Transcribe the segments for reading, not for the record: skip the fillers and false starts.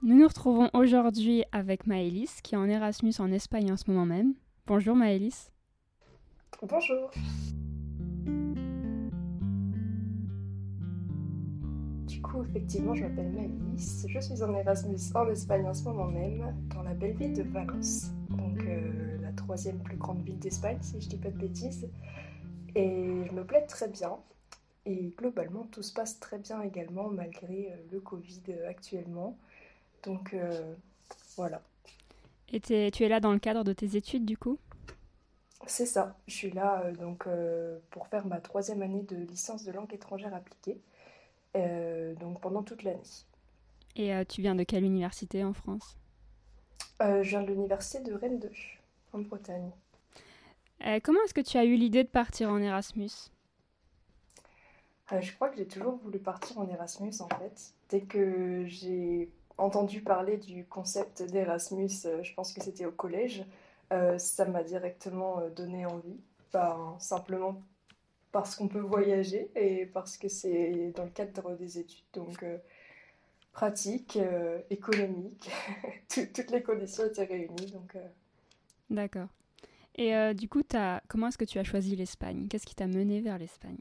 Nous nous retrouvons aujourd'hui avec Maëlys, qui est en Erasmus en Espagne en ce moment même. Bonjour Maëlys. Bonjour. Du coup, effectivement, je m'appelle Maëlys. Je suis en Erasmus en Espagne en ce moment même, dans la belle ville de Valence, donc la troisième plus grande ville d'Espagne, si je dis pas de bêtises. Et je me plais très bien. Et globalement, tout se passe très bien également, malgré le Covid actuellement. Donc voilà. Et tu es là dans le cadre de tes études du coup? C'est ça. Je suis là pour faire ma troisième année de licence de langue étrangère appliquée, donc pendant toute l'année. Et tu viens de quelle université en France? Je viens de l'université de Rennes 2, en Bretagne. Comment est-ce que tu as eu l'idée de partir en Erasmus? Je crois que j'ai toujours voulu partir en Erasmus en fait. Dès que j'ai entendu parler du concept d'Erasmus, je pense que c'était au collège, ça m'a directement donné envie. Simplement parce qu'on peut voyager et parce que c'est dans le cadre des études. Donc pratique, économique, toutes les conditions étaient réunies. D'accord. Et du coup, comment est-ce que tu as choisi l'Espagne? Qu'est-ce qui t'a mené vers l'Espagne?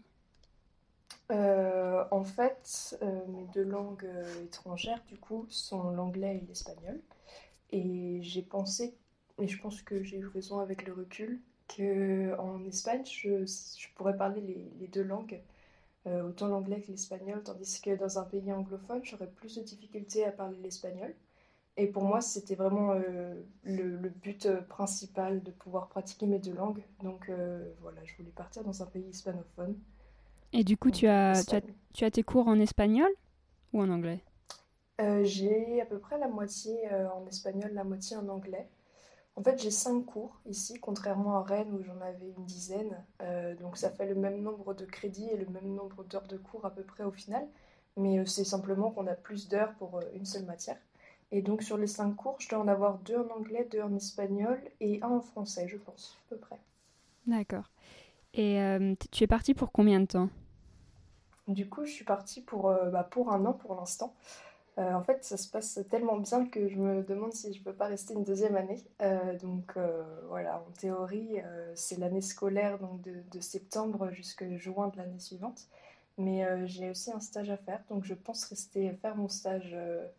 En fait, mes deux langues étrangères, du coup, sont l'anglais et l'espagnol. Et j'ai pensé, et je pense que j'ai eu raison avec le recul, qu'en Espagne, je pourrais parler les deux langues, autant l'anglais que l'espagnol, tandis que dans un pays anglophone, j'aurais plus de difficultés à parler l'espagnol. Et pour moi, c'était vraiment le but principal de pouvoir pratiquer mes deux langues. Donc voilà, je voulais partir dans un pays hispanophone, Et du coup, donc l'Espagne. tu as tes cours en espagnol ou en anglais? J'ai à peu près la moitié en espagnol, la moitié en anglais. En fait, j'ai 5 cours ici, contrairement à Rennes où j'en avais une dizaine. Donc ça fait le même nombre de crédits et le même nombre d'heures de cours à peu près au final. Mais c'est simplement qu'on a plus d'heures pour une seule matière. Et donc sur les 5 cours, je dois en avoir 2 en anglais, 2 en espagnol et un en français, je pense, à peu près. D'accord. Et tu es partie pour combien de temps? Du coup, je suis partie pour un an pour l'instant. En fait, ça se passe tellement bien que je me demande si je peux pas rester une deuxième année. Voilà, en théorie, c'est l'année scolaire donc de septembre jusqu'à juin de l'année suivante. Mais j'ai aussi un stage à faire, donc je pense rester faire mon stage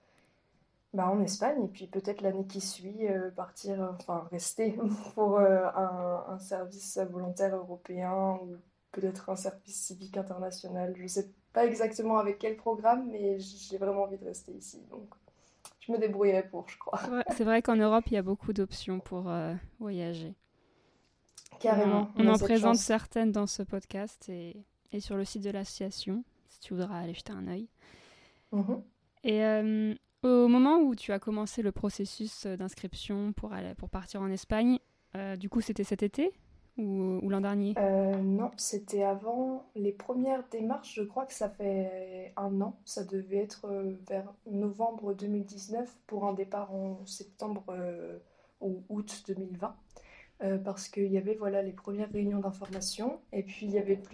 en Espagne et puis peut-être l'année qui suit partir, enfin rester pour un service volontaire européen ou peut-être un service civique international. Je sais pas exactement avec quel programme, mais j'ai vraiment envie de rester ici, donc je me débrouillerai pour, je crois. C'est vrai qu'en Europe, il y a beaucoup d'options pour voyager. Carrément, On on a en cette présente chance. certaines dans ce podcast et sur le site de l'association, si tu voudras aller jeter un œil. Mhm. Et au moment où tu as commencé le processus d'inscription pour partir en Espagne, du coup c'était cet été ou l'an dernier? Non, c'était avant les premières démarches, je crois que ça fait un an. Ça devait être vers novembre 2019 pour un départ en septembre ou août 2020. Parce qu'il y avait voilà, les premières réunions d'information et puis il y avait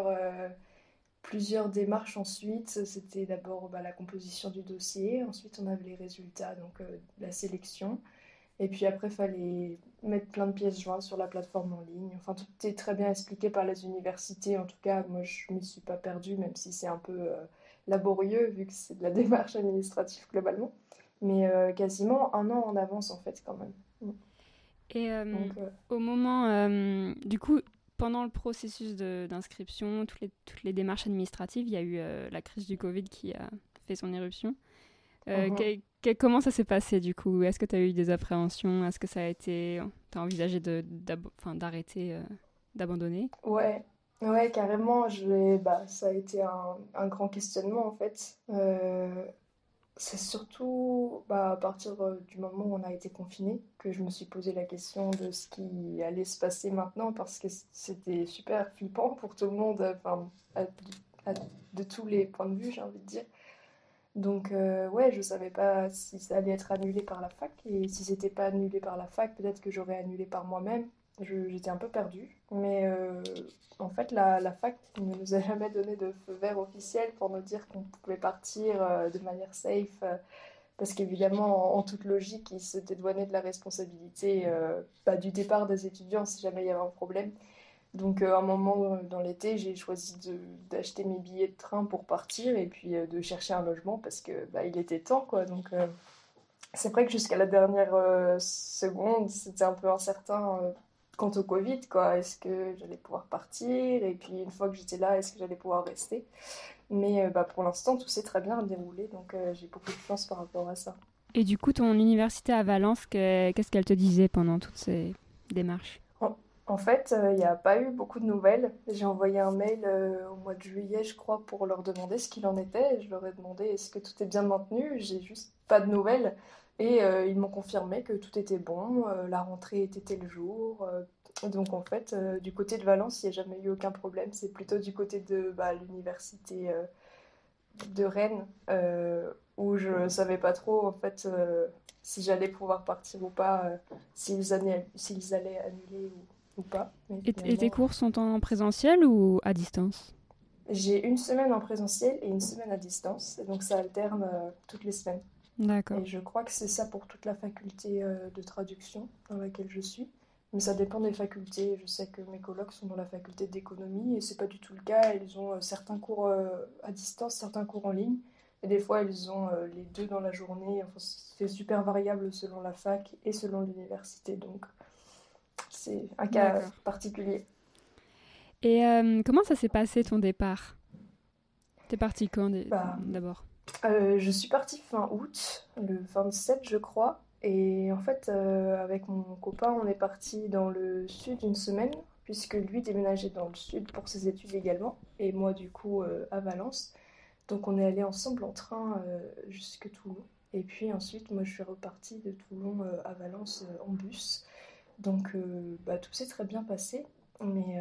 plusieurs démarches ensuite. C'était d'abord la composition du dossier, ensuite on avait les résultats, donc la sélection. Et puis après, il fallait mettre plein de pièces jointes sur la plateforme en ligne. Enfin, tout est très bien expliqué par les universités. En tout cas, moi, je ne m'y suis pas perdue, même si c'est un peu laborieux, vu que c'est de la démarche administrative globalement. Mais quasiment un an en avance, en fait, quand même. Et Donc, au moment, du coup, pendant le processus d'inscription, toutes les démarches administratives, il y a eu la crise du Covid qui a fait son éruption. mhm. Comment ça s'est passé du coup? Est-ce que tu as eu des appréhensions? Est-ce que ça a été... T'as envisagé d'arrêter, d'abandonner? Ouais, ouais, carrément. Ça a été un grand questionnement, en fait. C'est surtout à partir du moment où on a été confiné que je me suis posé la question de ce qui allait se passer maintenant parce que c'était super flippant pour tout le monde, enfin, à- de tous les points de vue, j'ai envie de dire. Donc, ouais, je savais pas si ça allait être annulé par la fac et si c'était pas annulé par la fac, peut-être que j'aurais annulé par moi-même. J'étais un peu perdue, mais en fait, la fac ne nous a jamais donné de feu vert officiel pour nous dire qu'on pouvait partir de manière safe. parce qu'évidemment, en toute logique, ils se dédouanaient de la responsabilité du départ des étudiants si jamais il y avait un problème. Donc, à un moment dans l'été, j'ai choisi d'acheter mes billets de train pour partir et puis de chercher un logement parce que il était temps, quoi. Donc, c'est vrai que jusqu'à la dernière seconde, c'était un peu incertain quant au Covid, quoi. Est-ce que j'allais pouvoir partir? Et puis, une fois que j'étais là, est-ce que j'allais pouvoir rester? Mais pour l'instant, tout s'est très bien déroulé, donc j'ai beaucoup de chance par rapport à ça. Et du coup, ton université à Valence, qu'est-ce qu'elle te disait pendant toutes ces démarches? En, en fait, il n'y a pas eu beaucoup de nouvelles. J'ai envoyé un mail au mois de juillet, je crois, pour leur demander ce qu'il en était. Je leur ai demandé est-ce que tout est bien maintenu. J'ai juste pas de nouvelles. Et ils m'ont confirmé que tout était bon, la rentrée était tel jour. Donc en fait, du côté de Valence, il n'y a jamais eu aucun problème. C'est plutôt du côté de l'université de Rennes où je savais pas trop en fait si j'allais pouvoir partir ou pas, s'ils allaient annuler ou pas. Mais Et tes finalement, cours sont en présentiel ou à distance? j'ai une semaine en présentiel et une semaine à distance, et donc ça alterne toutes les semaines. D'accord. Et je crois que c'est ça pour toute la faculté de traduction dans laquelle je suis. Mais ça dépend des facultés. Je sais que mes colocs sont dans la faculté d'économie et c'est pas du tout le cas. Ils ont certains cours à distance, certains cours en ligne. Et des fois, ils ont les deux dans la journée. Enfin, c'est super variable selon la fac et selon l'université. Donc, c'est un cas D'accord. particulier. Et comment ça s'est passé ton départ? T'es parti quand Bah, d'abord? je suis partie fin août, le 27 je crois. Et en fait, avec mon copain, on est parti dans le sud une semaine, puisque lui déménageait dans le sud pour ses études également, et moi du coup à Valence. Donc on est allé ensemble en train jusque Toulon. Et puis ensuite, moi je suis repartie de Toulon à Valence en bus. Donc tout s'est très bien passé. Mais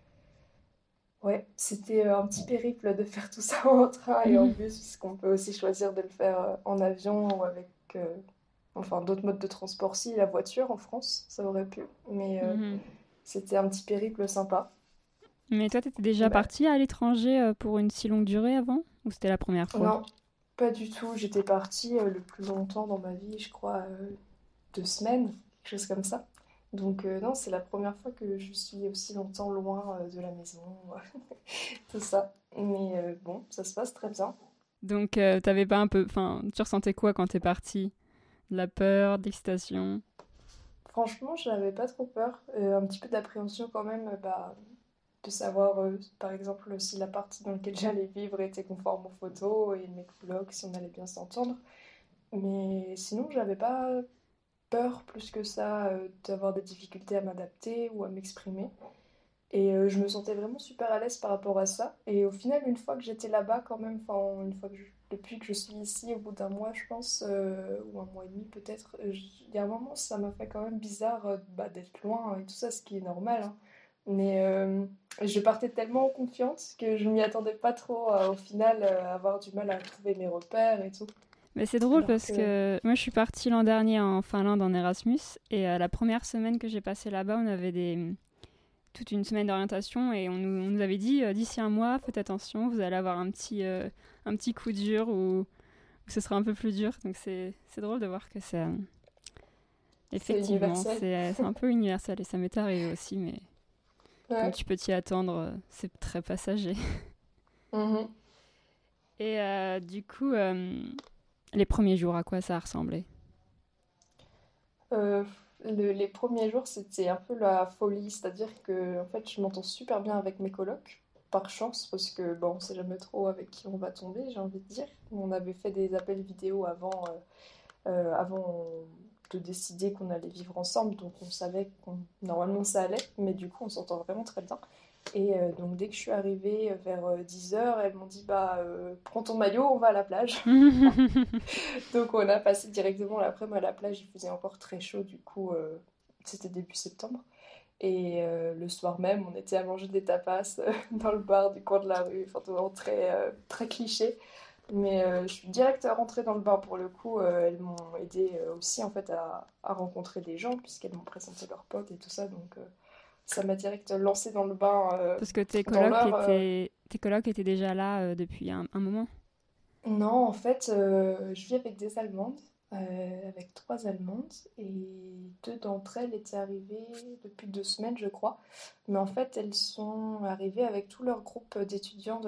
ouais, c'était un petit périple de faire tout ça en train et en bus, puisqu'on peut aussi choisir de le faire en avion ou avec d'autres modes de transport. Si, la voiture en France, ça aurait pu. Mais Mhm. c'était un petit périple sympa. Mais toi, t'étais déjà Bah, parti à l'étranger pour une si longue durée avant? Ou c'était la première fois? non, pas du tout. J'étais partie le plus longtemps dans ma vie, je crois 2 semaines, quelque chose comme ça. Donc non, c'est la première fois que je suis aussi longtemps loin de la maison, tout ça. Mais bon, ça se passe très bien. Donc, t'avais pas un peu... Enfin, tu ressentais quoi quand t'es parti? De la peur, de l'excitation? Franchement, je n'avais pas trop peur. Un petit peu d'appréhension quand même, de savoir, par exemple, si la partie dans laquelle j'allais vivre était conforme aux photos et mes colocs, si on allait bien s'entendre. Mais sinon, j'avais pas peur plus que ça d'avoir des difficultés à m'adapter ou à m'exprimer. Et je me sentais vraiment super à l'aise par rapport à ça. Et au final, une fois que j'étais là-bas, quand même, enfin, depuis que je suis ici, au bout d'un mois, je pense, ou un mois et demi peut-être, il y a un moment, ça m'a fait quand même bizarre d'être loin et tout ça, ce qui est normal, hein. Mais je partais tellement confiante que je m'y attendais pas trop, au final, à avoir du mal à trouver mes repères et tout. Mais c'est drôle Alors parce que, que moi, je suis partie l'an dernier en Finlande en Erasmus. Et la première semaine que j'ai passée là-bas, on avait toute une semaine d'orientation et on nous avait dit d'ici un mois, faites attention, vous allez avoir un petit coup dur ou ce sera un peu plus dur. Donc c'est drôle de voir que c'est c'est effectivement universel. c'est un peu universel et ça m'est arrivé aussi, mais comme Ouais. tu peux t'y attendre, c'est très passager. Mhm. Et du coup, les premiers jours, à quoi ça a ressemblé? Euh, les premiers jours, c'était un peu la folie, c'est-à-dire que en fait, je m'entends super bien avec mes colocs, par chance, parce que bon, on sait jamais trop avec qui on va tomber, j'ai envie de dire. On avait fait des appels vidéo avant de décider qu'on allait vivre ensemble, donc on savait qu'on normalement ça allait, mais du coup, on s'entend vraiment très bien. Et donc dès que je suis arrivée vers 10 h, elles m'ont dit prends ton maillot, on va à la plage. Donc on a passé directement l'après-midi à la plage, il faisait encore très chaud, du coup c'était début septembre. Et le soir même, on était à manger des tapas dans le bar du coin de la rue, enfin vraiment très, très cliché. Mais je suis direct rentrée dans le bar pour le coup, elles m'ont aidé aussi en fait à rencontrer des gens puisqu'elles m'ont présenté leurs potes et tout ça. Donc ça m'a direct lancée dans le bain, Parce que dans leur... tes colocs étaient déjà là depuis un moment. Non, en fait, je vis avec des Allemandes, avec trois Allemandes, et deux d'entre elles étaient arrivées depuis 2 semaines, je crois. Mais en fait, elles sont arrivées avec tout leur groupe d'étudiants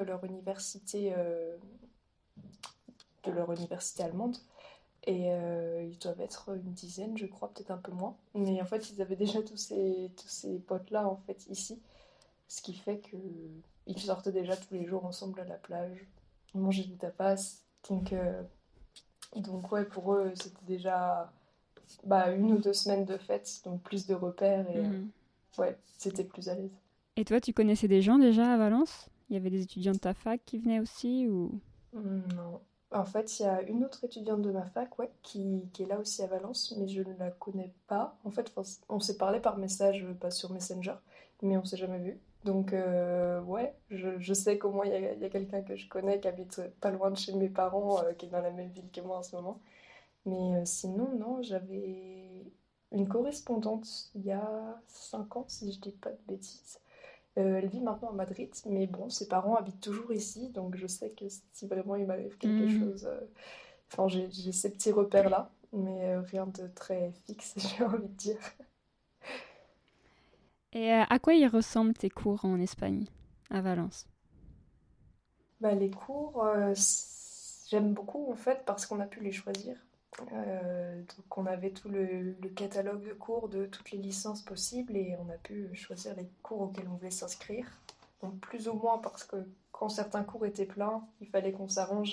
de leur université allemande. Et ils doivent être une dizaine, je crois, peut-être un peu moins. Mais en fait, ils avaient déjà tous ces potes-là, en fait, ici. Ce qui fait que ils sortaient déjà tous les jours ensemble à la plage. Ils mangeaient du tapas. Donc ouais, pour eux, c'était déjà 1 ou 2 semaines de fête, donc plus de repères et Mhm. ouais, c'était plus à l'aise. Et toi, tu connaissais des gens déjà à Valence? Il y avait des étudiants de ta fac qui venaient aussi ou... Non. En fait, il y a une autre étudiante de ma fac, ouais, qui est là aussi à Valence, mais je ne la connais pas. En fait, enfin, on s'est parlé par message, pas sur Messenger, mais on s'est jamais vu. Donc, ouais, je sais qu'au moins il y a quelqu'un que je connais qui habite pas loin de chez mes parents, qui est dans la même ville que moi en ce moment. Mais sinon, non, j'avais une correspondante il y a 5 ans, si je dis pas de bêtises. Elle vit maintenant à Madrid, mais bon, ses parents habitent toujours ici, donc je sais que si vraiment il m'arrive quelque Mhm. chose, enfin j'ai ces petits repères-là, mais rien de très fixe, j'ai envie de dire. Et à quoi ils ressemblent tes cours en Espagne, à Valence? Bah, les cours, j'aime beaucoup en fait parce qu'on a pu les choisir. Donc on avait tout le catalogue de cours de toutes les licences possibles et on a pu choisir les cours auxquels on voulait s'inscrire. Donc plus ou moins parce que quand certains cours étaient pleins, il fallait qu'on s'arrange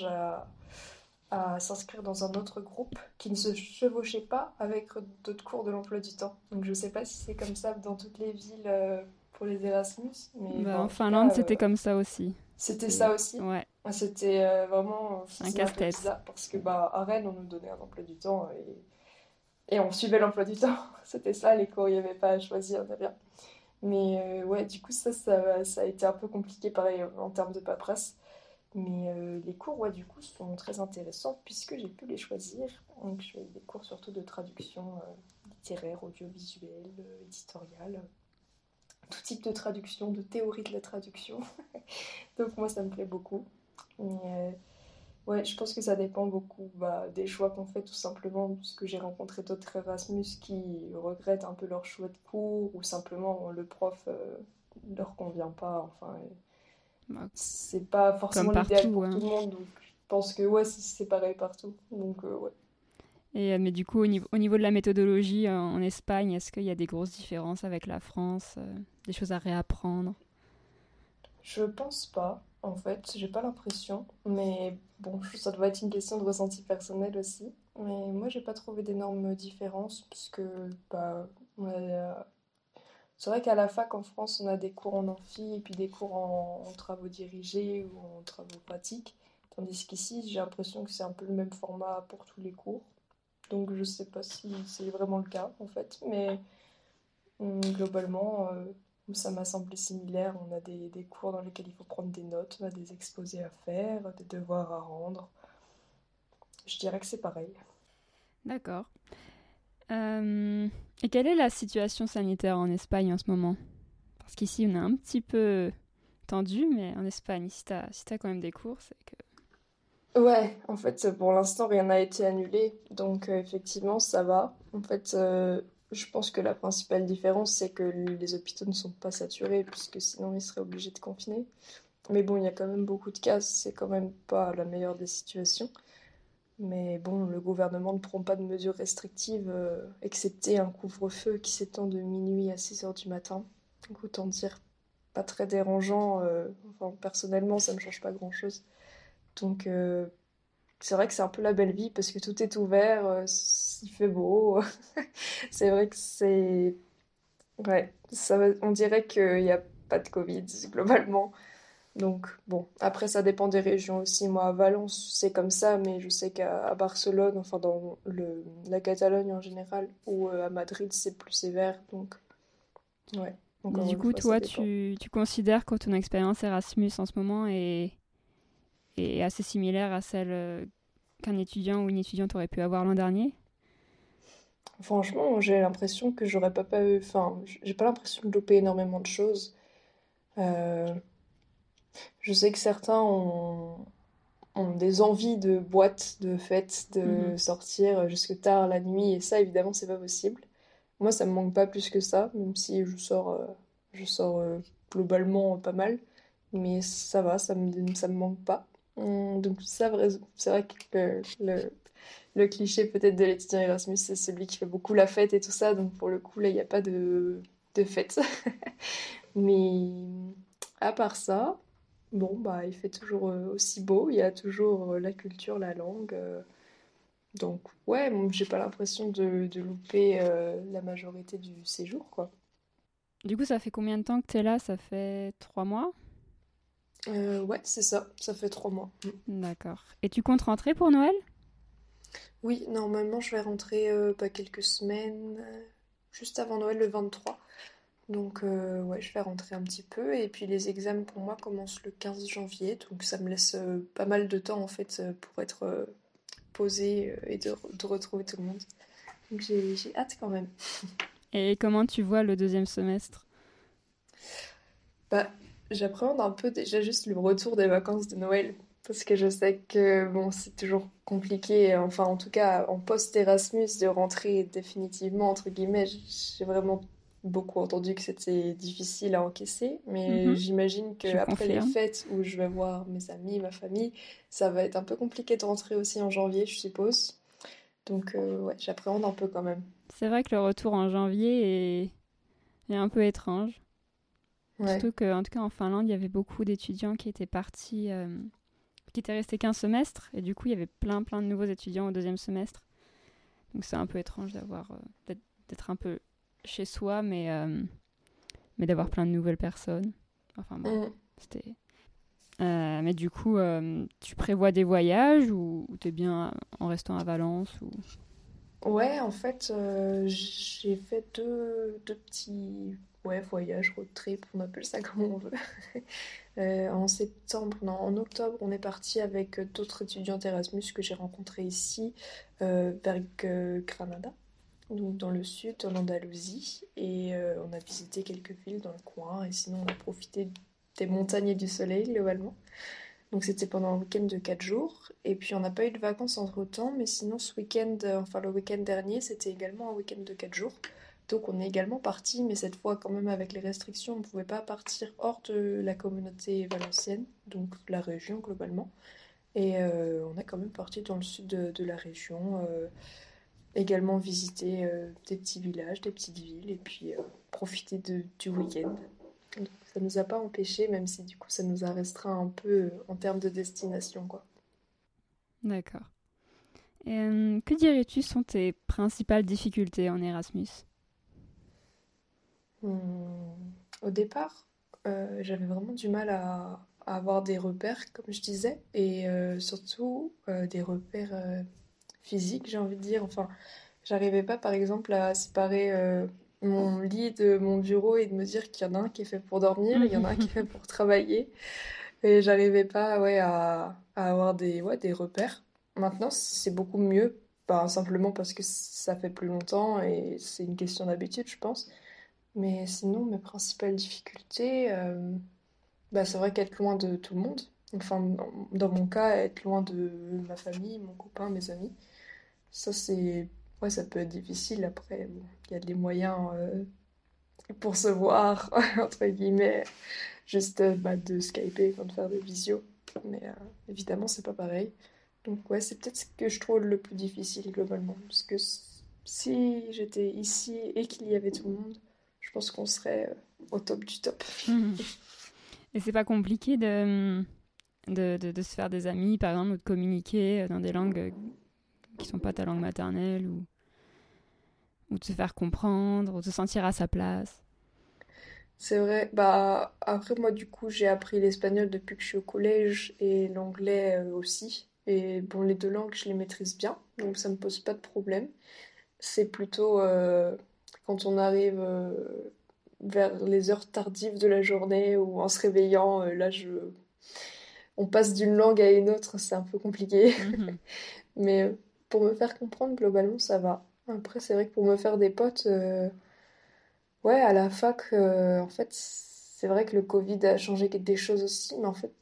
à s'inscrire dans un autre groupe qui ne se chevauchait pas avec d'autres cours de l'emploi du temps. Donc je ne sais pas si c'est comme ça dans toutes les villes pour les Erasmus, mais Bah, en en tout Finlande, cas, c'était comme ça aussi. c'était C'est... ça aussi. Ouais, C'était vraiment, c'est un c'était un peu casse-tête. bizarre parce que bah, à Rennes, on nous donnait un emploi du temps et on suivait l'emploi du temps. C'était ça, les cours, il n'y avait pas à choisir, ni rien. Mais ouais, du coup, ça a été un peu compliqué, pareil, en termes de paperasse. Mais les cours, ouais, du coup, sont très intéressants puisque j'ai pu les choisir. Donc, je fais des cours surtout de traduction littéraire, audiovisuelle, éditoriale, tout type de traduction, de théorie de la traduction. Donc, moi, ça me plaît beaucoup. Mais ouais, je pense que ça dépend beaucoup des choix qu'on fait, tout simplement. Parce que j'ai rencontré d'autres Erasmus qui regrettent un peu leur choix de cours ou simplement le prof leur convient pas. Enfin, Bah, c'est pas comme forcément l'idéal partout, pour tout hein. le monde, donc je pense que ouais, c'est pareil partout. Donc ouais. Et, mais du coup, au niveau de la méthodologie en Espagne, est-ce qu'il y a des grosses différences avec la France, des choses à réapprendre? Je pense pas, en fait, j'ai pas l'impression, mais bon, ça doit être une question de ressenti personnel aussi. Mais moi, j'ai pas trouvé d'énormes différences, parce que bah, c'est vrai qu'à la fac en France, on a des cours en amphi et puis des cours en travaux dirigés ou en travaux pratiques. Tandis qu'ici, j'ai l'impression que c'est un peu le même format pour tous les cours. Donc je sais pas si c'est vraiment le cas en fait, mais globalement ça m'a semblé similaire. On a des cours dans lesquels il faut prendre des notes, on a des exposés à faire, des devoirs à rendre. Je dirais que c'est pareil. D'accord. Euh, et quelle est la situation sanitaire en Espagne en ce moment? Parce qu'ici, on est un petit peu tendu, mais en Espagne, si t'as quand même des cours, c'est que... Ouais, en fait pour l'instant rien n'a été annulé, donc effectivement ça va. En fait je pense que la principale différence c'est que les hôpitaux ne sont pas saturés puisque sinon ils seraient obligés de confiner. Mais bon, il y a quand même beaucoup de cas, c'est quand même pas la meilleure des situations. Mais bon, le gouvernement ne prend pas de mesures restrictives, excepté un couvre-feu qui s'étend de minuit à 6 heures du matin. Donc autant dire pas très dérangeant. Enfin, personnellement, ça ne me change pas grand-chose. Donc c'est vrai que c'est un peu la belle vie parce que tout est ouvert, il fait beau. C'est vrai que c'est... Ouais, on dirait qu'il n'y a pas de Covid globalement. Donc bon, après ça dépend des régions aussi. Moi à Valence c'est comme ça, mais je sais qu'à Barcelone, enfin dans la Catalogne en général, ou à Madrid c'est plus sévère. Donc ouais, Mais encore du une coup, fois ça toi, dépend. tu considères que ton expérience Erasmus en ce moment est assez similaire à celle qu'un étudiant ou une étudiante aurait pu avoir l'an dernier? Franchement, j'ai l'impression que j'aurais pas eu, enfin j'ai pas l'impression de louper énormément de choses. Euh, je sais que certains ont ont des envies de boîte, de fête, Mhm. de sortir jusque tard la nuit, et ça, évidemment, c'est pas possible. Moi, ça me manque pas plus que ça, même si je sors globalement pas mal, mais ça va, ça me manque pas. Donc c'est vrai que le cliché peut-être de l'étudiant Erasmus, c'est celui qui fait beaucoup la fête et tout ça, donc pour le coup, là, il n'y a pas de fête. Mais à part ça, bon, bah, il fait toujours aussi beau, il y a toujours la culture, la langue. Donc, ouais, moi, j'ai pas l'impression de louper la majorité du séjour, quoi. Du coup, ça fait combien de temps que tu es là? Ça fait 3 mois? Ouais, c'est ça, ça fait 3 mois. D'accord. Et tu comptes rentrer pour Noël? Oui, normalement, je vais rentrer pas quelques semaines, juste avant Noël, le 23. Donc, ouais, je vais rentrer un petit peu. Et puis, les examens pour moi commencent le 15 janvier. Donc, ça me laisse pas mal de temps, en fait, pour être posée et de retrouver tout le monde. Donc, j'ai hâte quand même. Et comment tu vois le deuxième semestre? Bah, j'appréhende un peu déjà juste le retour des vacances de Noël. Parce que je sais que, bon, c'est toujours compliqué, enfin, en tout cas, en post-Erasmus, de rentrer définitivement, entre guillemets. J'ai vraiment beaucoup entendu que c'était difficile à encaisser, mais Mhm. j'imagine Je qu'après les confirme. fêtes où je vais voir mes amis, ma famille, ça va être un peu compliqué de rentrer aussi en janvier, je suppose. Donc, ouais, j'appréhende un peu quand même. C'est vrai que le retour en janvier est un peu étrange. Ouais. Surtout qu'en tout cas en Finlande, il y avait beaucoup d'étudiants qui étaient partis, qui étaient restés qu'un semestre. Et du coup, il y avait plein de nouveaux étudiants au deuxième semestre. Donc c'est un peu étrange d'être un peu chez soi, mais d'avoir plein de nouvelles personnes. Enfin bon, Mm. c'était... mais du coup, tu prévois des voyages ou t'es bien en restant à Valence ou... Ouais, en fait, j'ai fait deux petits ouais, voyages, road trip, on appelle ça comme on veut. En septembre, non, en octobre, on est parti avec d'autres étudiantes Erasmus que j'ai rencontrés ici, vers Granada, donc dans le sud, en Andalousie. Et on a visité quelques villes dans le coin, et sinon on a profité des montagnes et du soleil, globalement. Donc c'était pendant un week-end de 4 jours. Et puis on n'a pas eu de vacances entre-temps, mais sinon ce week-end, enfin le week-end dernier, c'était également un week-end de 4 jours. Donc on est également parti, mais cette fois quand même avec les restrictions, on ne pouvait pas partir hors de la communauté valencienne, donc la région globalement. Et on est quand même parti dans le sud de la région, également visiter des petits villages, des petites villes, et puis profiter du week-end. Donc, ça nous a pas empêché, même si du coup ça nous a restreint un peu en termes de destination, quoi. D'accord. Et, que dirais-tu sont tes principales difficultés en Erasmus? Au départ, j'avais vraiment du mal à avoir des repères, comme je disais, et surtout des repères physiques, j'ai envie de dire. Enfin, j'arrivais pas, par exemple, à séparer mon lit de mon bureau et de me dire qu'il y en a un qui est fait pour dormir, il y en a un qui est fait pour travailler. Et j'arrivais pas, ouais, à avoir des repères. Maintenant, c'est beaucoup mieux, pas simplement parce que ça fait plus longtemps et c'est une question d'habitude, je pense. Mais sinon, mes principales difficultés, bah, c'est vrai qu'être loin de tout le monde. Enfin, dans mon cas, être loin de ma famille, mon copain, mes amis. Ça, c'est... Ouais, ça peut être difficile. Après, bon, il y a des moyens pour se voir, entre guillemets, juste bah, de Skyper, de faire des visios. Mais évidemment, c'est pas pareil. Donc ouais, c'est peut-être ce que je trouve le plus difficile globalement. Parce que si j'étais ici et qu'il y avait tout le monde, je pense qu'on serait au top du top. Et c'est pas compliqué de se faire des amis, par exemple, ou de communiquer dans des langues qui sont pas ta langue maternelle, ou de se faire comprendre, ou de se sentir à sa place. C'est vrai, bah après moi du coup j'ai appris l'espagnol depuis que je suis au collège et l'anglais aussi. Et bon les deux langues je les maîtrise bien, donc ça me pose pas de problème. C'est plutôt quand on arrive vers les heures tardives de la journée ou en se réveillant, on passe d'une langue à une autre, c'est un peu compliqué. Mhm. Mais pour me faire comprendre, globalement, ça va. Après, c'est vrai que pour me faire des potes, ouais, à la fac, en fait, c'est vrai que le Covid a changé des choses aussi, mais en fait,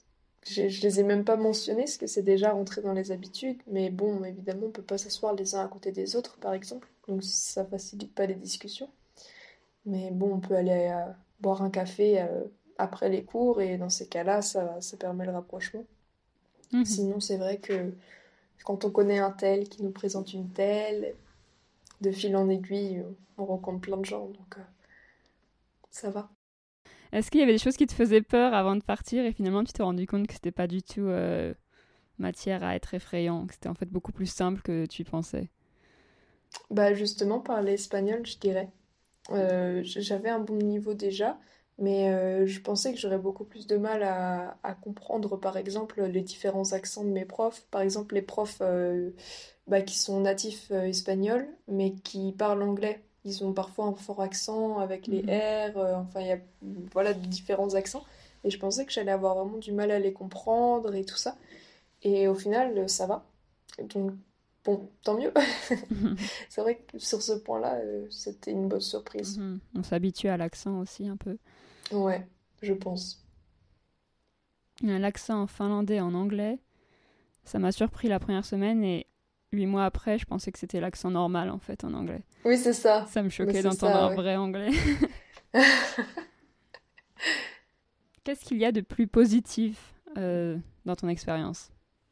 je les ai même pas mentionnés parce que c'est déjà rentré dans les habitudes. Mais bon, évidemment, on peut pas s'asseoir les uns à côté des autres, par exemple. Donc ça facilite pas les discussions. Mais bon, on peut aller boire un café après les cours et dans ces cas-là, ça permet le rapprochement. Mhm. Sinon, c'est vrai que quand on connaît un tel qui nous présente une telle, de fil en aiguille, on rencontre plein de gens, donc ça va. Est-ce qu'il y avait des choses qui te faisaient peur avant de partir et finalement tu t'es rendu compte que c'était pas du tout matière à être effrayant, que c'était en fait beaucoup plus simple que tu pensais? Bah justement, parler espagnol, je dirais. J'avais un bon niveau déjà, mais je pensais que j'aurais beaucoup plus de mal à comprendre, par exemple, les différents accents de mes profs. Par exemple, les profs bah, qui sont natifs espagnols, mais qui parlent anglais. Ils ont parfois un fort accent avec les Mhm. R, enfin, il y a voilà, de différents accents. Et je pensais que j'allais avoir vraiment du mal à les comprendre et tout ça. Et au final, ça va. Donc, bon, tant mieux. C'est vrai que sur ce point-là, c'était une bonne surprise. Mhm. On s'habitue à l'accent aussi un peu. Ouais, je pense. L'accent en finlandais et en anglais, ça m'a surpris la première semaine et 8 mois après, je pensais que c'était l'accent normal en fait en anglais. Oui, c'est ça. Ça me Mais choquait c'est d'entendre ça, un ouais. vrai anglais. Qu'est-ce qu'il y a de plus positif dans ton expérience?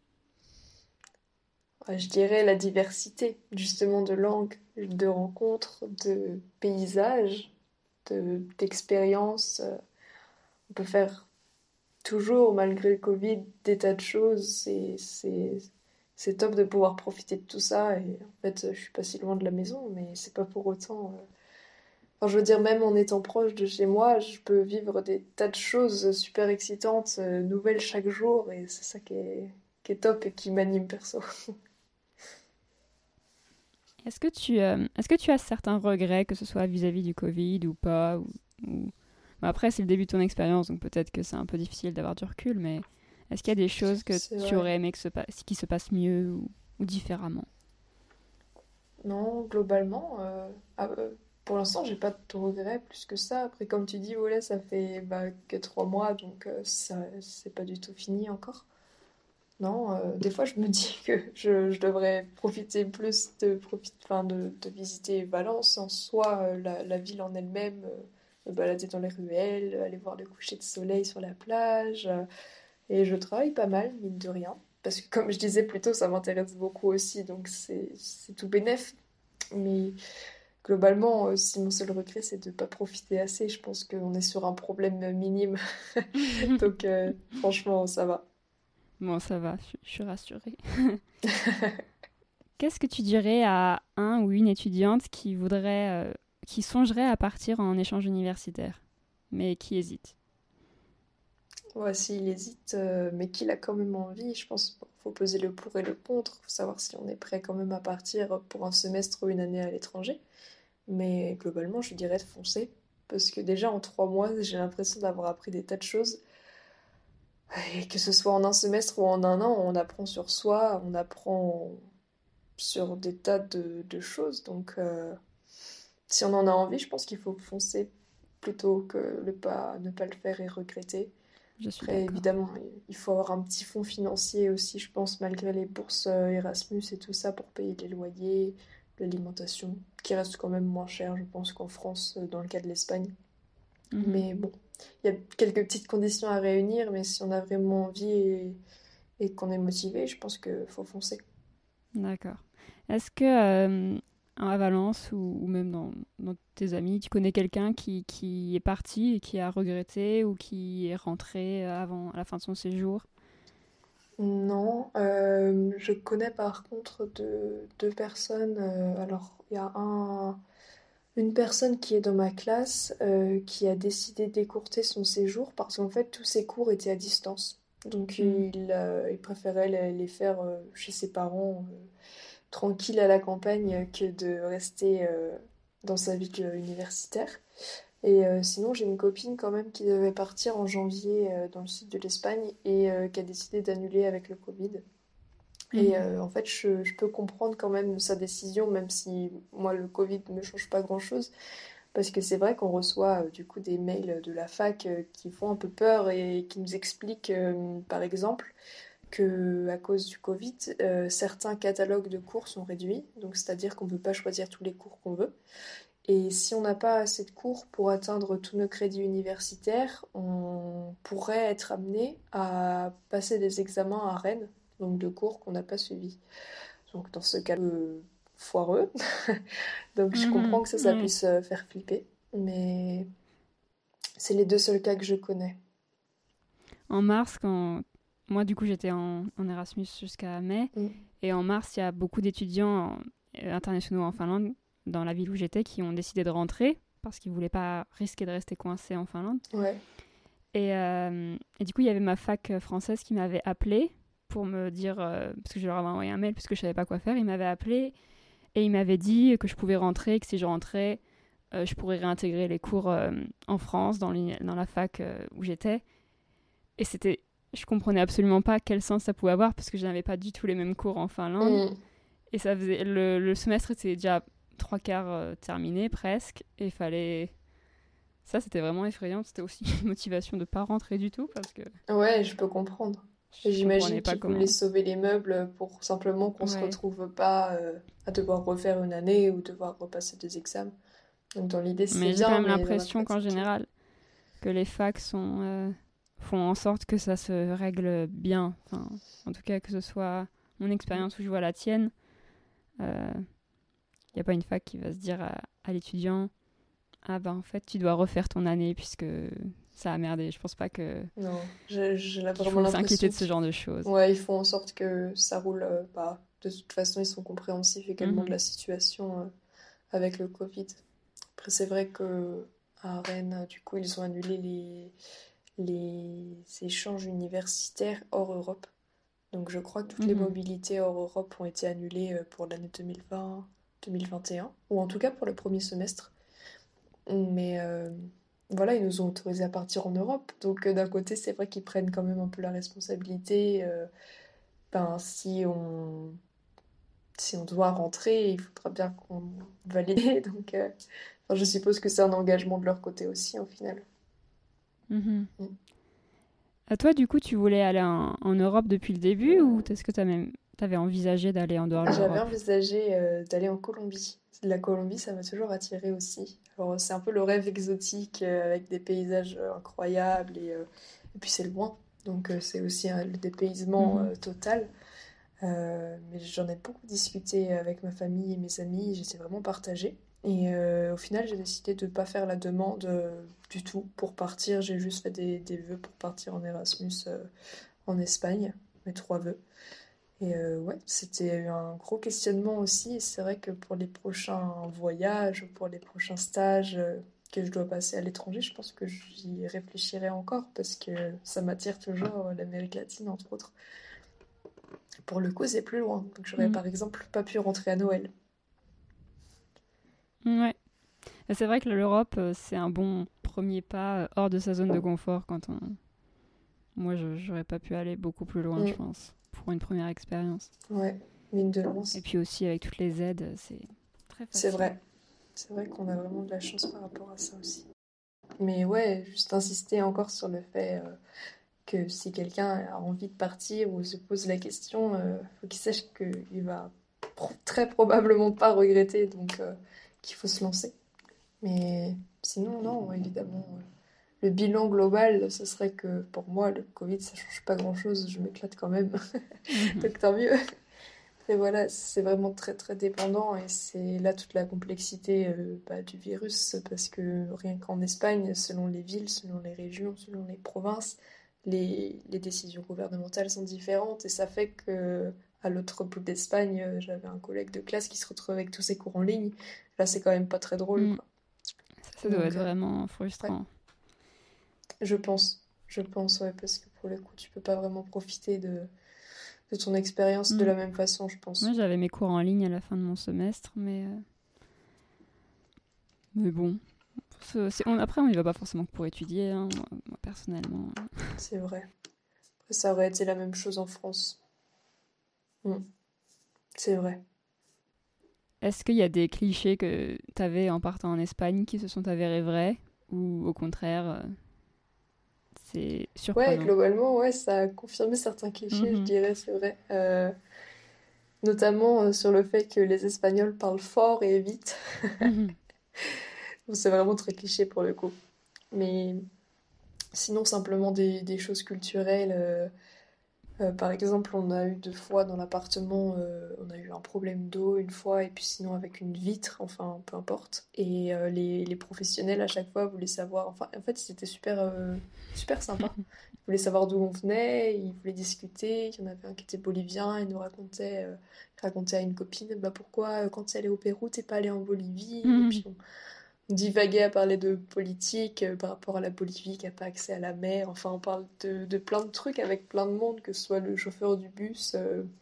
Je dirais la diversité, justement, de langues, de rencontres, de paysages, d'expériences. On peut faire toujours, malgré le Covid, des tas de choses. C'est top de pouvoir profiter de tout ça. Et en fait, je suis pas si loin de la maison, mais c'est pas pour autant. Enfin, je veux dire, même en étant proche de chez moi, je peux vivre des tas de choses super excitantes, nouvelles chaque jour. Et c'est ça qui est top et qui m'anime perso. Est-ce que tu as certains regrets, que ce soit vis-à-vis du Covid ou pas ou- Bon, après, c'est le début de ton expérience, donc peut-être que c'est un peu difficile d'avoir du recul, mais est-ce qu'il y a des choses que C'est tu vrai. aurais aimé qui se passent mieux ou différemment? Non, globalement, pour l'instant, j'ai pas de regrets plus que ça. Après, comme tu dis, voilà, ça fait bah, que 3 mois, donc ça, c'est pas du tout fini encore. Non, des fois, je me dis que je devrais profiter plus enfin, de visiter Valence en soi, la ville en elle-même, me balader dans les ruelles, aller voir le coucher de soleil sur la plage. Et je travaille pas mal, mine de rien. Parce que comme je disais plus tôt, ça m'intéresse beaucoup aussi, donc c'est tout bénef. Mais globalement, si mon seul regret, c'est de ne pas profiter assez, je pense qu'on est sur un problème minime. Donc franchement, ça va. Bon, ça va, je suis rassurée. Qu'est-ce que tu dirais à un ou une étudiante qui songerait à partir en échange universitaire, mais qui hésite? Voici, il hésite, mais qu'il a quand même envie. Je pense qu'il faut peser le pour et le contre, faut savoir si on est prêt quand même à partir pour un semestre ou une année à l'étranger. Mais globalement, je dirais de foncer. Parce que déjà en 3 mois, j'ai l'impression d'avoir appris des tas de choses. Et que ce soit en un semestre ou en un an, on apprend sur soi, on apprend sur des tas de choses. Donc, si on en a envie, je pense qu'il faut foncer plutôt que ne pas le faire et regretter. Je suis Après, d'accord. évidemment, il faut avoir un petit fonds financier aussi, je pense, malgré les bourses Erasmus et tout ça, pour payer les loyers, l'alimentation, qui reste quand même moins cher, je pense, qu'en France, dans le cas de l'Espagne. Mhm. Mais bon, il y a quelques petites conditions à réunir, mais si on a vraiment envie et qu'on est motivé, je pense qu'il faut foncer. D'accord. Est-ce que à Valence ou même dans tes amis, tu connais quelqu'un qui est parti et qui a regretté ou qui est rentré avant à la fin de son séjour? Non, je connais par contre deux personnes. Alors, il y a une personne qui est dans ma classe qui a décidé d'écourter son séjour parce qu'en fait, tous ses cours étaient à distance. Donc, Hmm. il préférait les faire chez ses parents, tranquille à la campagne, que de rester dans sa ville universitaire. Et sinon, j'ai une copine quand même qui devait partir en janvier dans le sud de l'Espagne et qui a décidé d'annuler avec le Covid. Et Mhm. en fait, je peux comprendre quand même sa décision, même si moi, le Covid ne me change pas grand-chose. Parce que c'est vrai qu'on reçoit du coup des mails de la fac qui font un peu peur et qui nous expliquent, par exemple, que à cause du Covid, certains catalogues de cours sont réduits, donc c'est-à-dire qu'on ne peut pas choisir tous les cours qu'on veut. Et si on n'a pas assez de cours pour atteindre tous nos crédits universitaires, on pourrait être amené à passer des examens à Rennes, donc de cours qu'on n'a pas suivis. Donc dans ce cas, foireux. Donc je comprends que ça Ouais. puisse faire flipper, mais c'est les deux seuls cas que je connais. En mars, quand moi du coup j'étais en Erasmus jusqu'à mai, Mm. et en mars il y a beaucoup d'étudiants internationaux en Finlande, dans la ville où j'étais, qui ont décidé de rentrer parce qu'ils voulaient pas risquer de rester coincés en Finlande. Ouais. Et du coup il y avait ma fac française qui m'avait appelé pour me dire, parce que je leur avais envoyé un mail parce que je savais pas quoi faire, ils m'avaient appelé et ils m'avaient dit que je pouvais rentrer, que si je rentrais, je pourrais réintégrer les cours en France, dans la fac où j'étais. Et je comprenais absolument pas quel sens ça pouvait avoir parce que je n'avais pas du tout les mêmes cours en Finlande. Mm. Et ça faisait, le semestre était déjà trois quarts terminé presque. Et il fallait. Ça, c'était vraiment effrayant. C'était aussi une motivation de ne pas rentrer du tout parce que Ouais, je peux comprendre. Et je comprenais j'imagine pas qu'ils comment. voulaient sauver les meubles pour simplement qu'on se Ouais. retrouve pas à devoir refaire une année ou devoir repasser des examens. Donc dans l'idée c'est Mais j'ai quand bien, même mais dans la l'impression qu'en pratique. général, que les facs font en sorte que ça se règle bien. Enfin, en tout cas, que ce soit mon expérience ou je vois la tienne. Il n'y a pas une fac qui va se dire à l'étudiant: ah bah en fait tu dois refaire ton année puisque ça a merdé. Je pense pas Non, j'ai qu'il vraiment faut s'inquiéter l'impression de ce genre de choses. ouais, ils font en sorte que ça roule pas. De toute façon, ils sont compréhensifs également de Mhm. la situation avec le Covid. Après, c'est vrai que à Rennes, du coup, ils ont annulé les échanges universitaires hors Europe. Donc, je crois que toutes les Mhm. mobilités hors Europe ont été annulées pour l'année 2020-2021, ou en tout cas pour le premier semestre. Mais voilà, ils nous ont autorisés à partir en Europe. Donc, d'un côté, c'est vrai qu'ils prennent quand même un peu la responsabilité. Ben, si on doit rentrer, il faudra bien qu'on valide. Donc, enfin, je suppose que c'est un engagement de leur côté aussi, au final. Mhm. Mm. À toi, du coup, tu voulais aller en Europe depuis le début ou est-ce que t'avais envisagé d'aller en dehors de J'avais l'Europe? envisagé d'aller en Colombie. La Colombie, ça m'a toujours attiré aussi. Alors, c'est un peu le rêve exotique avec des paysages incroyables et puis c'est loin. Donc, c'est aussi le dépaysement Mhm. total. Mais j'en ai beaucoup discuté avec ma famille et mes amis, j'étais vraiment partagée. Et au final, j'ai décidé de ne pas faire la demande du tout pour partir. J'ai juste fait des vœux pour partir en Erasmus en Espagne, mes 3 vœux. Et ouais, c'était un gros questionnement aussi. Et c'est vrai que pour les prochains voyages ou pour les prochains stages que je dois passer à l'étranger, je pense que j'y réfléchirai encore parce que ça m'attire toujours l'Amérique latine, entre autres. Pour le coup, c'est plus loin. Donc j'aurais Mhm. par exemple pas pu rentrer à Noël. Ouais. Et c'est vrai que l'Europe, c'est un bon premier pas hors de sa zone de confort Moi, j'aurais pas pu aller beaucoup plus loin, je Mm, pense, pour une première expérience. ouais, mine de rien, Et puis aussi, avec toutes les aides, c'est très c'est facile. vrai. C'est vrai qu'on a vraiment de la chance par rapport à ça aussi. Mais ouais, juste insister encore sur le fait que si quelqu'un a envie de partir ou se pose la question, faut qu'il sache qu'il va très probablement pas regretter, donc qu'il faut se lancer. Mais sinon, non, évidemment, le bilan global, ce serait que pour moi, le Covid, ça change pas grand-chose, je m'éclate quand même, Mhm. donc tant mieux. Et voilà, c'est vraiment très très dépendant et c'est là toute la complexité du virus parce que rien qu'en Espagne, selon les villes, selon les régions, selon les provinces, les décisions gouvernementales sont différentes et ça fait que à l'autre bout d'Espagne, j'avais un collègue de classe qui se retrouve avec tous ses cours en ligne. Là, c'est quand même pas très drôle, Mm. quoi. Ça doit être Donc, vraiment ouais, frustrant. je pense, ouais, parce que pour le coup, tu peux pas vraiment profiter de ton expérience de Mm. la même façon, je Moi, pense. j'avais mes cours en ligne à la fin de mon semestre, mais bon. Après, on y va pas forcément que pour étudier, hein, moi, personnellement. C'est vrai. Ça aurait été la même chose en France. Mm, c'est vrai. Est-ce qu'il y a des clichés que tu avais en partant en Espagne qui se sont avérés vrais ou au contraire, c'est Ouais, surprenant? globalement, ouais, ça a confirmé certains clichés, je Mhm. dirais, c'est vrai. Notamment sur le fait que les Espagnols parlent fort et vite. Mhm. Bon, c'est vraiment très cliché pour le coup. Mais sinon, simplement des choses culturelles. Par exemple, on a eu 2 fois dans l'appartement, on a eu un problème d'eau une fois, et puis sinon avec une vitre, enfin peu importe. Et les professionnels à chaque fois voulaient savoir, enfin en fait c'était super sympa. Ils voulaient savoir d'où on venait, ils voulaient discuter. Il y en avait un qui était bolivien, il racontait à une copine, bah pourquoi quand tu es allé au Pérou, t'es pas allé en Bolivie? Et puis Mhm. on divaguait à parler de politique par rapport à la Bolivie qui n'a pas accès à la mer. Enfin, on parle de plein de trucs avec plein de monde, que ce soit le chauffeur du bus,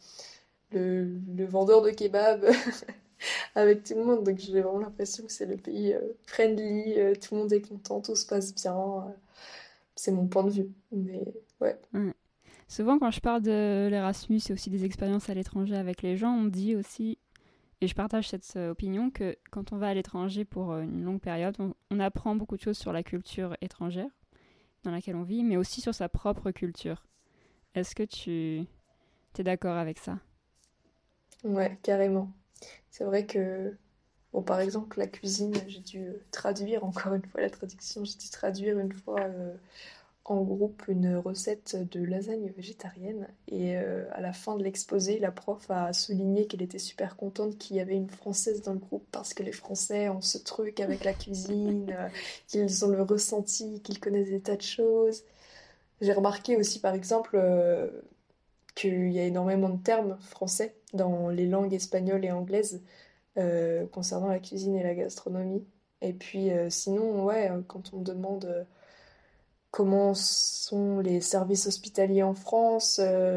le vendeur de kebab, avec tout le monde. Donc j'ai vraiment l'impression que c'est le pays friendly, tout le monde est content, tout se passe bien. C'est mon point de vue. Mais ouais. Ouais. Souvent, quand je parle de l'Erasmus et aussi des expériences à l'étranger avec les gens, on me dit aussi, et je partage cette opinion, que quand on va à l'étranger pour une longue période, on apprend beaucoup de choses sur la culture étrangère dans laquelle on vit, mais aussi sur sa propre culture. Est-ce que tu es d'accord avec ça? Ouais, carrément. C'est vrai que, bon, par exemple, la cuisine, j'ai dû traduire, encore une fois, la traduction, j'ai dû traduire une fois en groupe une recette de lasagne végétarienne. Et à la fin de l'exposé, la prof a souligné qu'elle était super contente qu'il y avait une Française dans le groupe parce que les Français ont ce truc avec la cuisine, qu'ils ont le ressenti, qu'ils connaissent des tas de choses. J'ai remarqué aussi, par exemple, qu'il y a énormément de termes français dans les langues espagnoles et anglaises concernant la cuisine et la gastronomie. Et puis sinon, ouais, quand on me demande comment sont les services hospitaliers en France,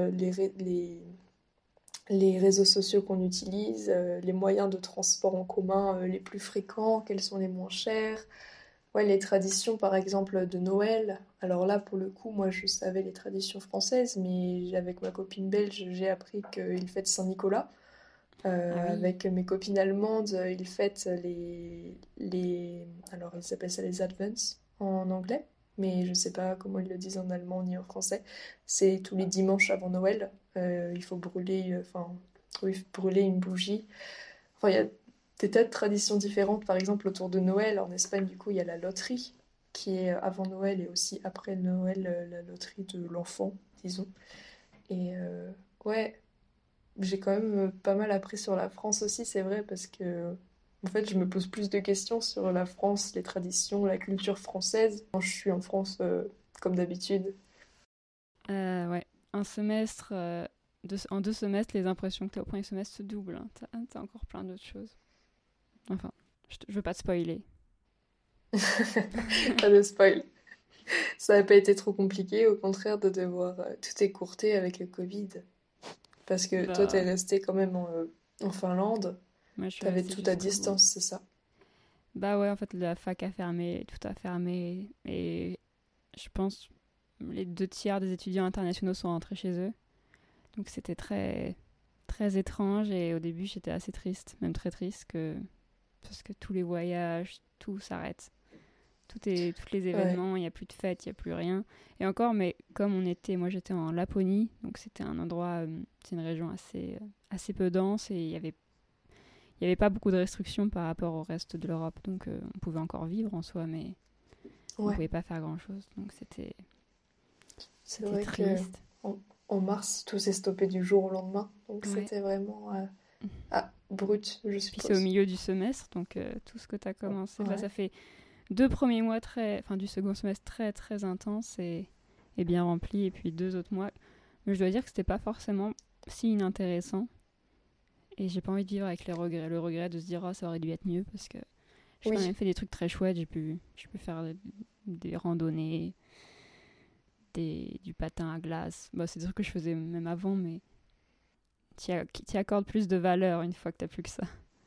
les réseaux sociaux qu'on utilise, les moyens de transport en commun les plus fréquents, quels sont les moins chers. Ouais, les traditions, par exemple, de Noël. Alors là, pour le coup, moi, je savais les traditions françaises, mais avec ma copine belge, j'ai appris qu'ils fêtent Saint-Nicolas. Ah oui. Avec mes copines allemandes, ils fêtent alors, ils appellent ça les Advents en anglais, mais je sais pas comment ils le disent en allemand ni en français. C'est tous les dimanches avant Noël. Il faut brûler, enfin, oui, brûler une bougie. Enfin, il y a des tas de traditions différentes. Par exemple, autour de Noël, en Espagne, du coup, il y a la loterie qui est avant Noël et aussi après Noël, la loterie de l'enfant, disons. Et ouais, j'ai quand même pas mal appris sur la France aussi, c'est vrai, parce que en fait, je me pose plus de questions sur la France, les traditions, la culture française quand je suis en France, comme d'habitude. Ouais. Un semestre, en 2 semestres, les impressions que tu as au premier semestre se doublent, hein. T'as encore plein d'autres choses. Enfin, je veux pas te spoiler. Pas de spoil. Ça n'a pas été trop compliqué, au contraire de devoir tout écourter avec le Covid. Parce que toi, t'es Bah, resté quand même en Finlande, moi, je suis t'avais restée tout à jusqu'au bout. distance, c'est ça? Bah ouais, en fait, la fac a fermé, tout a fermé. Et je pense les 2 tiers des étudiants internationaux sont rentrés chez eux. Donc c'était très, très étrange. Et au début, j'étais assez triste, même très triste, parce que tous les voyages, tout s'arrête. Tous les Ouais, événements, il n'y a plus de fêtes, il n'y a plus rien. Et encore, mais comme moi j'étais en Laponie, donc c'était un endroit, c'est une région assez peu dense et il y avait pas beaucoup de restrictions par rapport au reste de l'Europe. Donc on pouvait encore vivre en soi, mais on ouais. pouvait pas faire grand-chose. Donc C'est c'était vrai que triste. en mars, tout s'est stoppé du jour au lendemain. Donc Ouais. c'était vraiment brut, je Puis c'est au suppose. milieu du semestre, donc tout ce que tu as commencé, bah, Ouais. ça fait 2 premiers mois du second semestre très très intense et bien rempli, et puis 2 autres mois. Mais je dois dire que c'était pas forcément si inintéressant, et j'ai pas envie de vivre avec le regret de se dire oh ça aurait dû être mieux parce que j'ai quand Oui, même fait des trucs très chouettes. J'ai pu faire des randonnées, du patin à glace. Bah, c'est des trucs que je faisais même avant, mais t'y accordes plus de valeur une fois que t'as plus que ça.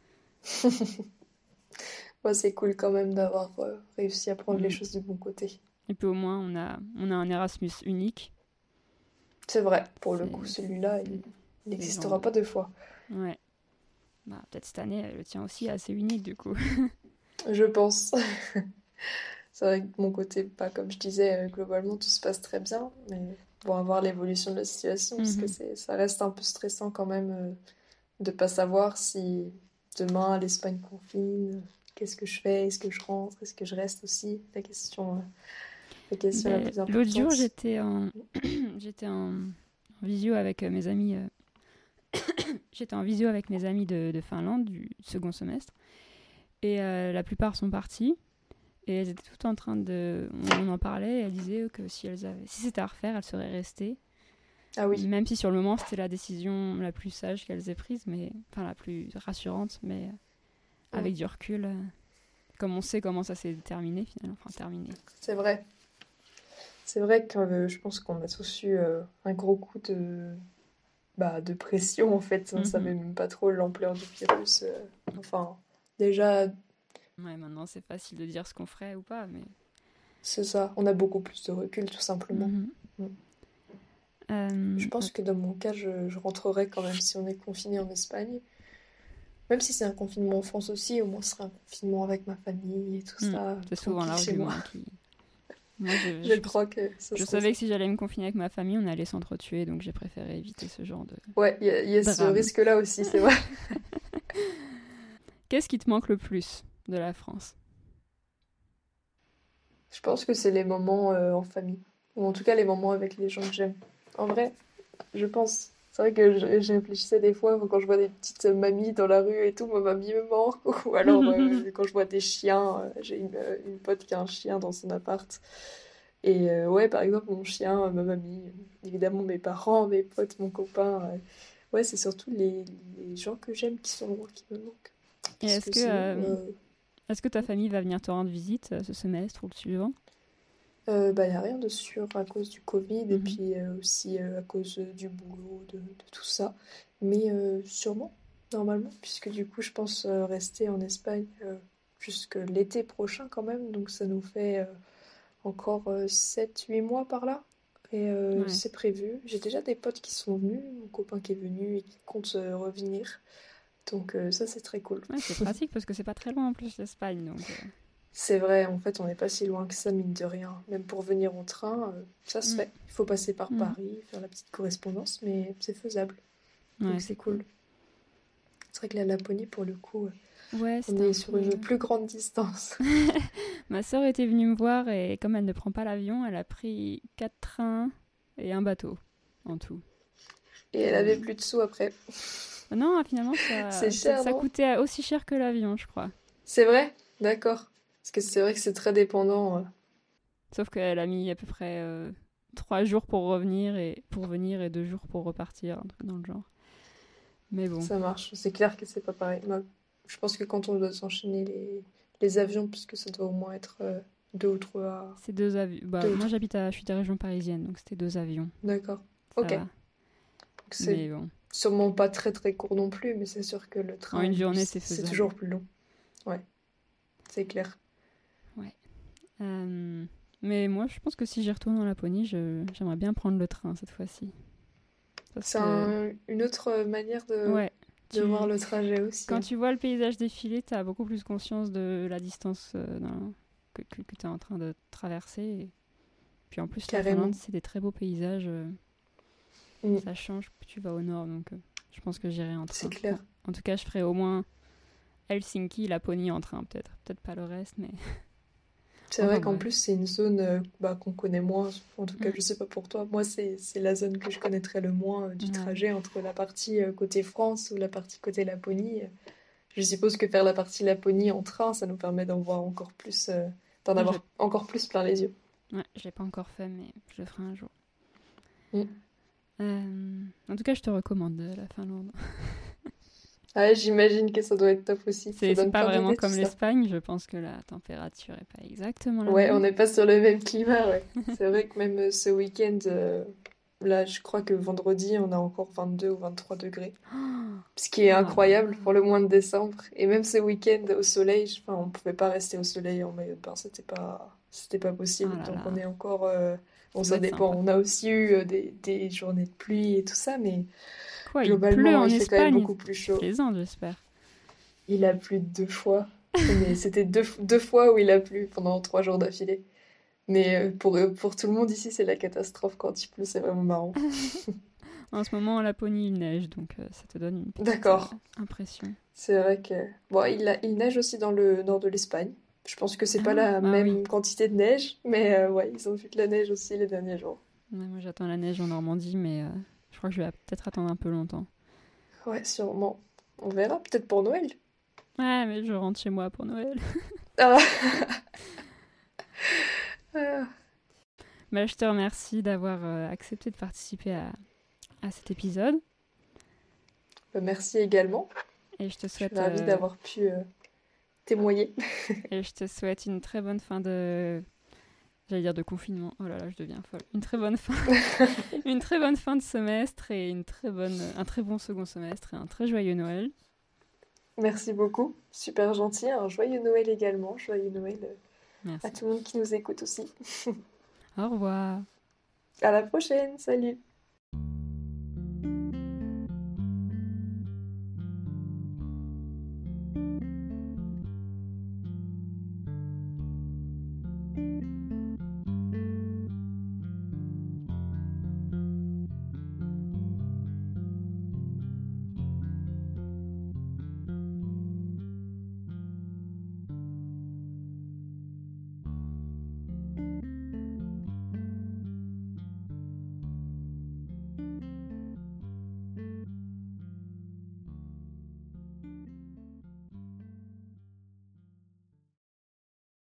ouais, c'est cool quand même d'avoir réussi à prendre les Mm. choses du bon côté. Et puis au moins on a un Erasmus unique. C'est vrai, pour le coup, C'est celui-là, c'est il n'existera pas légendaire. 2 fois. Ouais. Bah, peut-être cette année, le tien aussi est assez unique du coup. Je pense. C'est vrai que de mon côté, pas comme je disais, globalement tout se passe très bien, mais bon, à voir l'évolution de la situation, parce que Mhm. ça reste un peu stressant quand même de pas savoir si demain l'Espagne confine, qu'est-ce que je fais, est-ce que je rentre, est-ce que je reste aussi, la question la Ben, plus l'autre jour, importante. j'étais en visio avec mes amis. J'étais en visio avec mes amis de Finlande du second semestre. Et la plupart sont partis. Et elles étaient toutes en train de... On en parlait et elles disaient que si c'était à refaire, elles seraient restées. Ah oui, Même si sur le moment, c'était la décision la plus sage qu'elles aient prise, mais... Enfin, la plus rassurante, mais mm, avec du recul, comme on sait comment ça s'est terminé, finalement. Enfin, terminé. c'est vrai. C'est vrai que je pense qu'on a tous eu un gros coup de pression en fait. On Mhm. savait même pas trop l'ampleur du virus. Enfin, déjà, Ouais, maintenant, c'est facile de dire ce qu'on ferait ou pas, mais... c'est ça. On a beaucoup plus de recul tout simplement. Mhm. Mm. Je Euh, pense que dans mon cas, je rentrerai quand même si on est confiné en Espagne. Même si c'est un confinement en France aussi, au moins ce sera un confinement avec ma famille et tout hmm, ça, c'est souvent tranquille chez moi. l'argument qui... Moi, Je crois que ce je serait savais ça. que si j'allais me confiner avec ma famille, on allait s'entretuer, donc j'ai préféré éviter ce genre de Ouais, il y a ce drame. risque-là aussi, c'est vrai. Qu'est-ce qui te manque le plus de la France? Je pense que c'est les moments en famille, ou en tout cas les moments avec les gens que j'aime. En vrai, je pense. C'est vrai que je réfléchissais des fois quand je vois des petites mamies dans la rue et tout, ma mamie me manque. Ou alors quand je vois des chiens, j'ai une pote qui a un chien dans son appart. Et ouais, par exemple, mon chien, ma mamie, évidemment mes parents, mes potes, mon copain. Ouais, c'est surtout les gens que j'aime qui sont loin, qui me manquent. Et Parce que sinon, est-ce que ta famille va venir te rendre visite ce semestre ou le suivant? bah, y a rien de sûr à cause du Covid et Mhm. puis aussi à cause du boulot, de tout ça. Mais sûrement, normalement, puisque du coup, je pense rester en Espagne jusque l'été prochain quand même. Donc ça nous fait encore 7-8 mois par là. Et Ouais. c'est prévu. J'ai déjà des potes qui sont venus, mon copain qui est venu et qui compte revenir. Donc ça, c'est très cool. Ouais, c'est pratique parce que c'est pas très loin en plus l'Espagne, donc... C'est vrai, en fait, on n'est pas si loin que ça, mine de rien. Même pour venir en train, ça se mm, fait. Il faut passer par mm. Paris, faire la petite correspondance, mais c'est faisable. Ouais, Donc c'est c'est cool. cool. C'est vrai que la Laponie, pour le coup, Ouais, on c'était est un sur peu... une plus grande distance. Ma sœur était venue me voir et comme elle ne prend pas l'avion, elle a pris 4 trains et un bateau en tout. Et elle avait Euh, plus de sous après. Non, finalement, C'est cher, ça non? coûtait aussi cher que l'avion, je crois. C'est vrai? D'accord. Parce que c'est vrai que c'est très dépendant. Sauf qu'elle a mis à peu près 3 jours pour revenir et pour venir et 2 jours pour repartir, un truc dans le genre. Mais bon, Ça marche. C'est clair que c'est pas pareil. Moi, je pense que quand on doit s'enchaîner les avions, puisque ça doit au moins être deux ou trois. c'est 2 avions. Bah, Deux ou moi, trois. je suis de région parisienne, donc c'était 2 avions. D'accord. Ça Ok. va. Donc c'est Mais bon, sûrement pas très très court non plus, mais c'est sûr que le en train, une lui, journée, c'est c'est faisable. toujours plus long. Ouais, c'est clair. Ouais. Euh, Mais moi, je pense que si j'y retourne en Laponie, j'aimerais bien prendre le train cette fois-ci. Parce C'est que, une autre manière ouais, de voir tu, le trajet aussi, quand hein. tu vois le paysage défiler, tu as beaucoup plus conscience de la distance que tu es en train de traverser. Et puis en plus, la Finlande, Carrément. c'est des très beaux paysages. Mm, Ça change plus tu vas au nord, donc je pense que j'irai en c'est train. clair. En tout cas, je ferai au moins Helsinki, Laponie en train, peut-être. Peut-être pas le reste, mais C'est enfin vrai qu'en bref. plus, c'est une zone bah, qu'on connaît moins. En tout cas, Mm. je sais pas pour toi. Moi, c'est la zone que je connaîtrais le moins du Ouais. trajet entre la partie côté France ou la partie côté Laponie. Je suppose que faire la partie Laponie en train, ça nous permet d'en voir encore plus, d'en Je avoir encore plus plein les yeux. ouais, je l'ai pas encore fait, mais je le ferai un jour. Mm. En tout cas, je te recommande la Finlande. Ouais, j'imagine que ça doit être top aussi. Ça C'est donne pas plein vraiment d'idées tout comme ça. l'Espagne. Je pense que la température est pas exactement la Ouais, on même. n'est pas sur le même climat, ouais. C'est vrai que même ce week-end, là, je crois que vendredi, on a encore 22 ou 23 degrés. Ce qui est Oh là là. incroyable pour le mois de décembre. Et même ce week-end au soleil, enfin, on pouvait pas rester au soleil en maillot de bain, c'était pas Oh possible. là Donc là. on est encore, bon, Ça doit ça être dépend. sympa. On a aussi eu des journées de pluie et tout ça, mais Quoi, il pleut globalement, en il fait quand même Espagne? beaucoup plus Tu chaud. plaisantes, j'espère. il a plu 2 fois. Mais c'était deux fois où il a plu pendant 3 jours d'affilée. Mais pour tout le monde ici, c'est la catastrophe quand il pleut, c'est vraiment marrant. En ce moment, en Laponie, il neige, donc ça te donne une petite D'accord. impression. C'est vrai que... Bon, il neige aussi dans le nord de l'Espagne. Je pense que c'est pas Ah, la ah oui. même quantité de neige, mais ouais, ils ont vu de la neige aussi les derniers jours. Ouais, moi, j'attends la neige en Normandie, mais je crois que je vais peut-être attendre un peu longtemps. Ouais, sûrement. On verra, peut-être pour Noël. Ouais, mais je rentre chez moi pour Noël. Ah. Ah. Bah, je te remercie d'avoir accepté de participer à cet épisode. Bah, merci également. Et je te Je suis souhaite, ravie d'avoir pu témoigner. une très bonne fin de... J'allais dire de confinement. Oh là là, je deviens folle. Une très bonne fin, une très bonne fin de semestre et un très bon second semestre et un très joyeux Noël. Merci beaucoup. Super gentil. Un joyeux Noël également. Joyeux Noël à Merci. tout le monde qui nous écoute aussi. Au revoir. À la prochaine. Salut.